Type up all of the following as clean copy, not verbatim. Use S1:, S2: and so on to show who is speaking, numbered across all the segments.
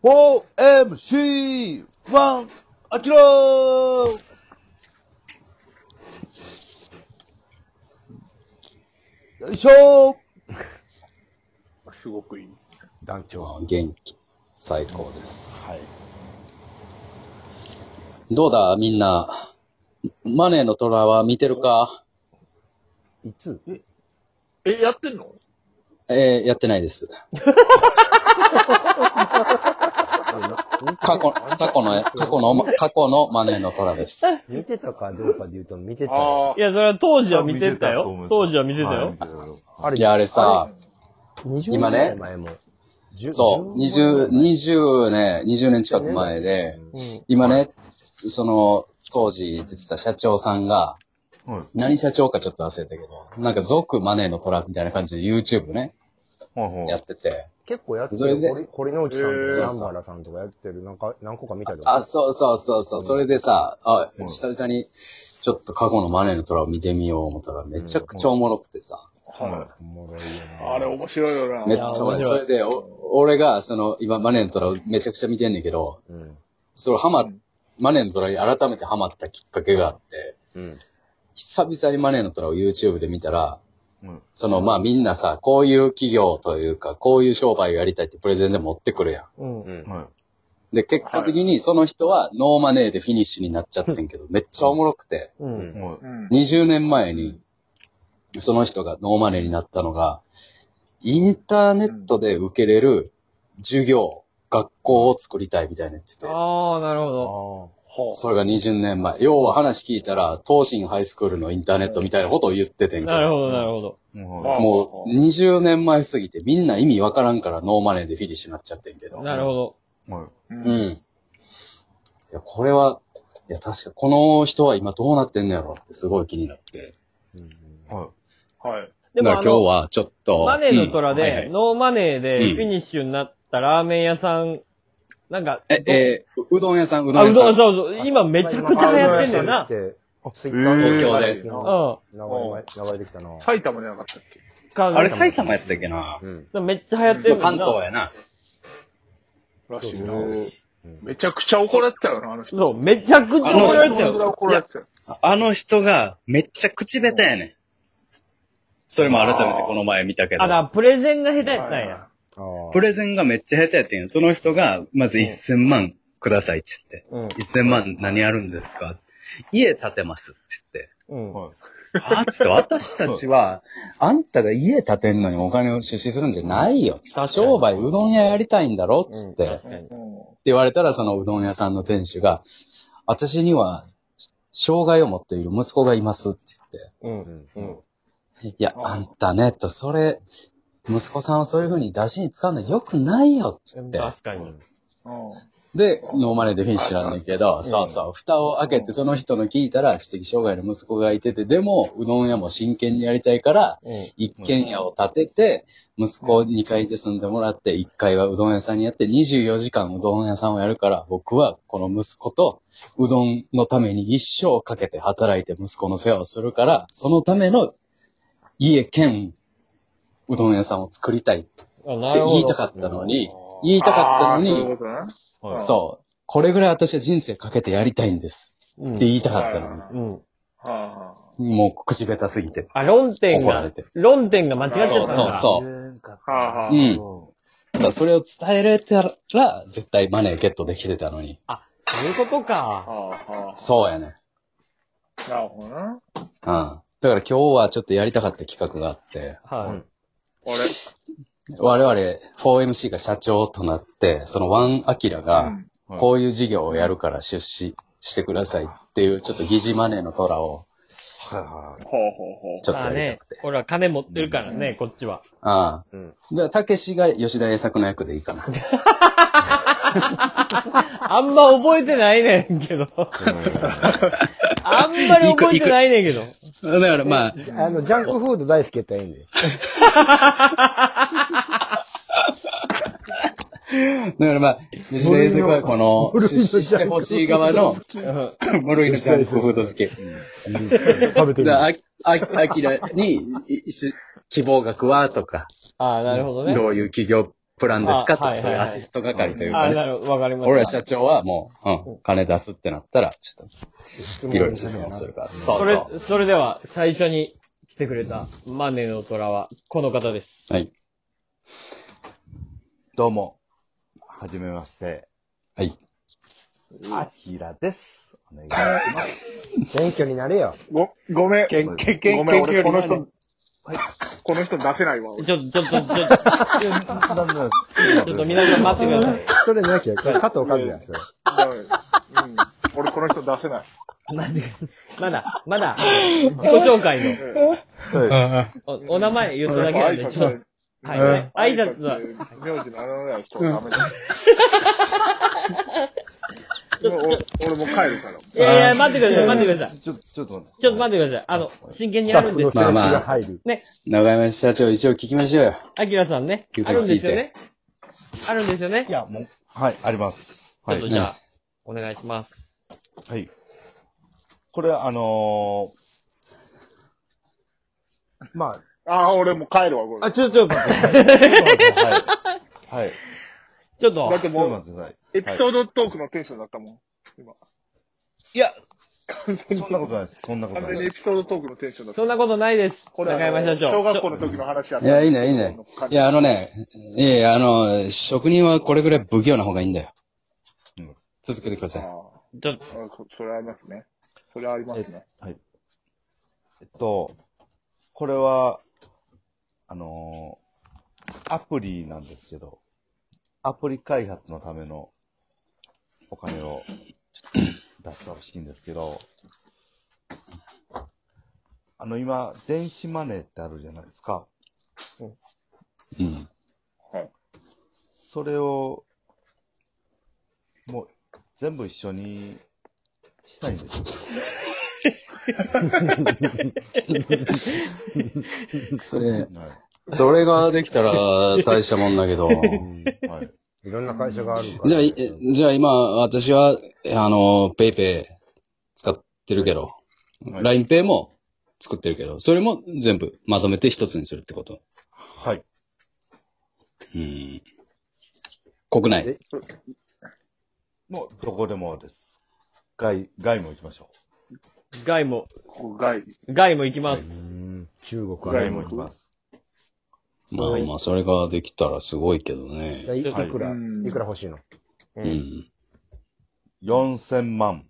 S1: 4MC1 アキラー。よいしょー。
S2: すごくいい。
S1: 団長。
S3: 元気。最高です。
S1: はい。
S3: どうだみんな。マネーの虎は見てるか？
S1: いつ？
S2: やってんの？
S3: やってないです。過去のマネーの虎です。
S1: 見てたかどうかで言うと見てたよ。
S4: いや、それは当時は見てたよ。当時は見てたよ。
S3: いや、あれさ、今ね、そう、20年近く前で、今ね、その、当時出てた社長さんが、何社長かちょっと忘れたけど、なんか続マネーの虎みたいな感じで YouTube ね、やってて。
S1: 結構やってる。堀之内さんと南原さんとかやってる。何個か見たけど。
S3: そう。それでさ、久々にちょっと過去のマネーの虎を見てみよう思ったらめちゃくちゃおもろくてさ。
S2: おもろいよな。あれ面白いよな。
S3: めっちゃおもろい。それで、俺が今マネーの虎をめちゃくちゃ見てんねんけど、それマネーの虎に改めてハマったきっかけがあって、久々にマネーの虎を YouTube で見たら、みんなさ、こういう企業というか、こういう商売をやりたいってプレゼンで持ってくるやん。で、結果的にその人はノーマネーでフィニッシュになっちゃってんけど、めっちゃおもろくて、20年前にその人がノーマネーになったのが、インターネットで受けれる授業、学校を作りたいみたいな言ってて。
S4: ああ、なるほど。
S3: それが20年前。要は話聞いたら、東進ハイスクールのインターネットみたいなことを言っててんけど。
S4: なるほど、なるほど。
S3: もう20年前すぎてみんな意味わからんからノーマネーでフィニッシュになっちゃってんけど。
S4: なるほど。
S3: いや、これは、いや、確かこの人は今どうなってんのやろってすごい気になって。
S2: はい。
S3: だから今日はちょっと。
S4: マネーの虎で、ノーマネーでフィニッシュになったラーメン屋さん、なんか、
S3: うどん屋さん。
S4: そう。今めちゃくちゃ流行ってんだよな。
S3: 東京で。
S1: 流れてきたな。
S2: 埼玉じゃなかったっけ？
S3: あれ埼玉やったっけな。
S4: めっちゃ流行ってる。
S3: 関東やな。
S2: らしいな。めちゃくちゃ怒られてたよな、あの人。
S4: そう、めちゃくちゃ怒られてたよ。
S3: あの人がめっちゃ口下手やねん。それも改めてこの前見たけど。
S4: プレゼンが下手やったんや。
S3: プレゼンがめっちゃ下手やってん。その人が、まず1000万くださいって言って。1000万何やるんですか？家建てますって言って。つって私たちは、あんたが家建てんのにお金を出資するんじゃないよ。商売うどん屋やりたいんだろつって。って言われたらそのうどん屋さんの店主が、私には障害を持っている息子がいますって言って。いや、あんたね、それ、息子さんはそういう風に出しに使うの良くないよ、つって。
S4: 確かに。
S3: で、ノーマネーでフィニッシュなんだけど、蓋を開けてその人の聞いたら、知的障害の息子がいてて、でも、うどん屋も真剣にやりたいから、一軒家を建てて、息子を2階で住んでもらって、1階はうどん屋さんにやって、24時間うどん屋さんをやるから、僕はこの息子と、うどんのために一生かけて働いて息子の世話をするから、そのための家兼、うどん屋さんを作りたいって言いたかったのに、そう。これぐらい私は人生かけてやりたいんです。って言いたかったのに。もう口下手すぎて。
S4: 論点が間違っちゃったんだ。
S3: そう。それを伝えられたら、絶対マネーゲットできてたのに。
S4: そういうことか。
S3: そうやね。
S2: なるほどな。
S3: だから今日はちょっとやりたかった企画があって。我々 4MC が社長となって、そのワンアキラが、こういう事業をやるから出資してくださいっていう、ちょっと疑似マネーの虎を、ちょっとやりたくて。
S4: 俺は金持ってるからね、こっちは。
S3: じゃあ、たけしが吉田栄作の役でいいかな。
S4: あんま覚えてないねんけど。あんまり覚えてないねんけど。
S3: だからまあ。
S1: ジャンクフード大好きやったらいいんで。
S3: だからまあ、吉田栄作はこの、出資してほしい側の、無類のジャンクフード好き。
S1: 食べてる。
S3: アキラに、希望額はとか。
S4: なるほどね。
S3: どういう企業プランですかとか、
S4: はいはいはい
S3: そういうアシスト係というか
S4: あ、
S3: ね。
S4: なるほど、わかりました。
S3: 俺ら社長はもう、金出すってなったら、ちょっと、いろいろ質問するから。そうそう。
S4: それでは、最初に来てくれたマネの虎は、この方です。
S3: はい。
S5: どうも。はじめまして。
S3: はい。
S5: あきらです。お願いします。
S1: 謙虚になれよ。
S2: ごめん。
S3: 謙
S2: ごめん、俺この人、
S5: はい。
S2: この人出せないわ。
S4: ちょっと皆さん待ってください。
S1: それなきゃ、加藤和也や、それ。
S2: 俺この人出せない。
S4: まだ、自己紹介の。お名前言っただけなんで、ちょっと。はい。挨拶は。
S2: 名字のあのね、ダメだ。俺も帰るから。
S4: いや、待ってください。
S5: ちょっと待って。
S4: ちょっと待ってください。真剣にあるんです
S3: よ。まあ。ね。長山社長一応聞きましょうよ。
S4: アキラさんね。あるんですよね。あるんですよね。
S5: いや、もう。はい、あります。
S4: ちょっとじゃあ、お願いします。
S5: はい。これ、まあ、
S2: 俺も帰るわ、これ。
S5: ちょっと待って。はい。
S4: ちょっと。
S2: だってもう、エピソードトークのテンションだったもん、今。
S5: いや、そんなことないです。そんなことないです。
S2: 完全にエピソードトークのテンションだった。
S4: そんなことないです。中山社長。
S2: 小学校の時の話やった。
S3: いや、いいね。いや、職人はこれぐらい不器用な方がいいんだよ。続けてください。
S2: それありますね。それありますね。
S5: はい。これは、アプリなんですけど、アプリ開発のためのお金をちょっと出してほしいんですけど、今、電子マネーってあるじゃないですか。
S3: うん。
S2: はい。
S5: それを、もう、全部一緒にしたいんです
S3: よ。それができたら大したもんだけど。はい。
S1: いろんな会社があるから、ね。
S3: じゃあ今、私は、ペイペイ使ってるけど、ラインペイも作ってるけど、それも全部まとめて一つにするってこと。
S5: はい。
S3: 国内。
S5: もう、どこでもです。外も行きましょ
S4: う。外も行きます。
S1: 中国
S5: 外も行きます。
S3: まあ、それができたらすごいけどね。
S1: いくら欲しいの
S5: ？4000万。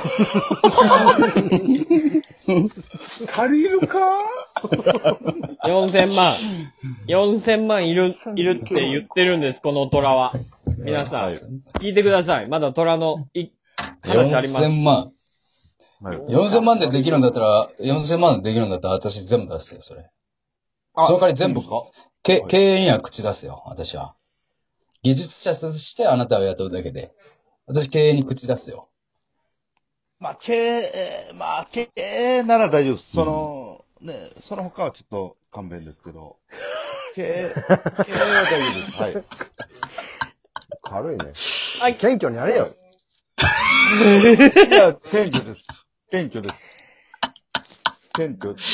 S2: 足りるか
S4: ？4000万。4000万いるって言ってるんです、この虎は。皆さん、聞いてください。まだ虎の話あります。
S3: 4000万。4000万でできるんだったら、私全部出すよ、それ。その代わり全部、経営には口出すよ、私は。技術者としてあなたを雇うだけで。私経営に口出すよ。
S5: 経営なら大丈夫です。その他はちょっと勘弁ですけど。経営は大丈夫です。はい。
S1: 軽いね。謙虚になれよ。
S5: いや、謙虚です。謙虚です。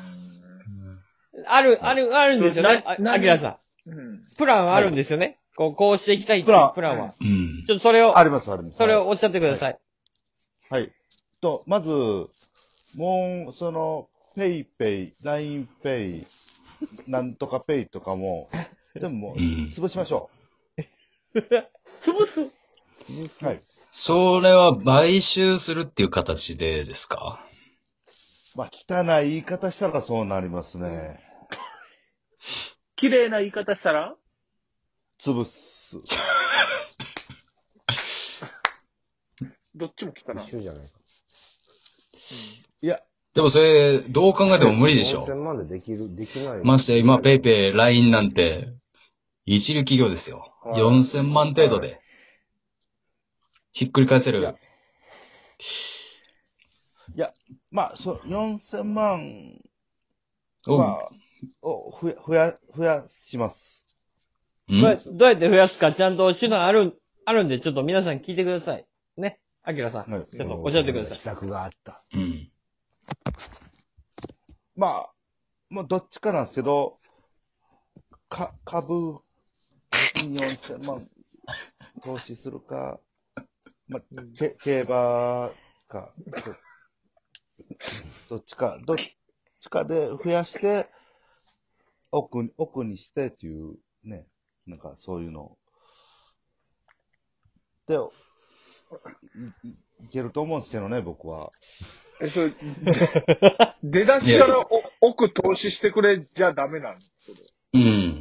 S4: あるんですよね。アキラさん。プランはあるんですよね。こうしていきたいっていうプランは。ちょっとそれを。
S5: あります。
S4: それをおっしゃってください。
S5: はい。まず、もう、ペイペイ、ラインペイ、なんとかペイとかも、全部もう、潰しましょう。
S4: 潰す？
S5: はい。
S3: それは買収するっていう形でですか？
S5: 汚い言い方したらそうなりますね。
S2: 綺麗な言い方したら
S5: 潰す。
S2: どっちも汚い。
S1: 一緒じゃないか。
S5: いや。
S3: でもそれ、どう考えても無理でしょ。
S1: 4000万でできない。
S3: まして今、ペイペイ、LINE なんて、一流企業ですよ。4000万程度で。ひっくり返せる。
S5: いや、4000万を増やします。
S4: どうやって増やすかちゃんと手段あるんで、ちょっと皆さん聞いてください。ね。アキラさん。ちょっとおっしゃってください。
S1: 秘策があった。
S5: もうどっちかなんですけど、株 4000万投資するか、まあ、競馬か、どっちかで増やして、奥にしてっていうね、なんかそういうの。で、いけると思うんですけどね、僕は。
S2: それ、出だしから奥投資してくれじゃダメなの？
S3: うん。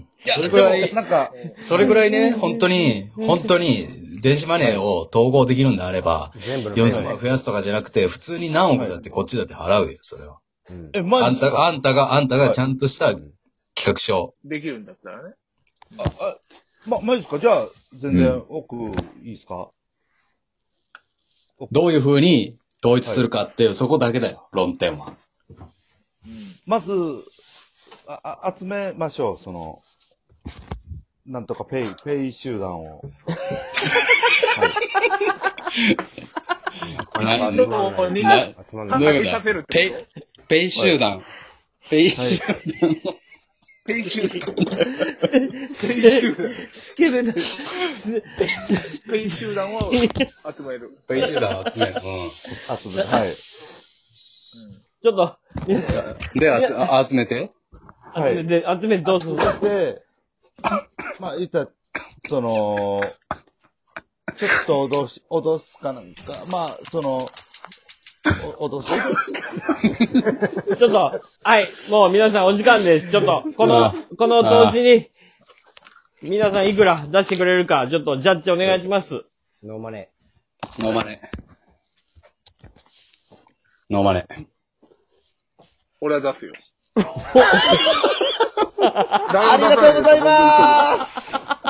S3: それぐらい、
S5: なんか、
S3: それぐらいね、本当に、電子マネーを統合できるんであれば、4000万増やすとかじゃなくて、普通に何億だってこっちだって払うよ、それは。あんたがちゃんとした企画書。
S2: できるんだったらね。
S5: マジですか？じゃあ、全然奥いいですか？
S3: どういう風に統一するかっていう、そこだけだよ、論点は。
S5: まず、集めましょう、なんとかペイ集団を。
S3: ペイ集団。ペイ集団。
S4: スケベな。
S2: ペイ集団を集める。
S3: ペイ集団を集める。
S5: はい。
S4: ちょっと、
S3: で、集めて。
S4: 集めてどうするの？
S5: で、まあ、言ったら、ちょっと脅すかなんか、まあ、脅す。
S4: ちょっと、はい、もう皆さんお時間です。ちょっと、この投資に、皆さんいくら出してくれるか、ちょっとジャッジお願いします。
S1: ノーマネ
S3: ー。
S2: 俺は出すよ。
S5: ありがとうございます。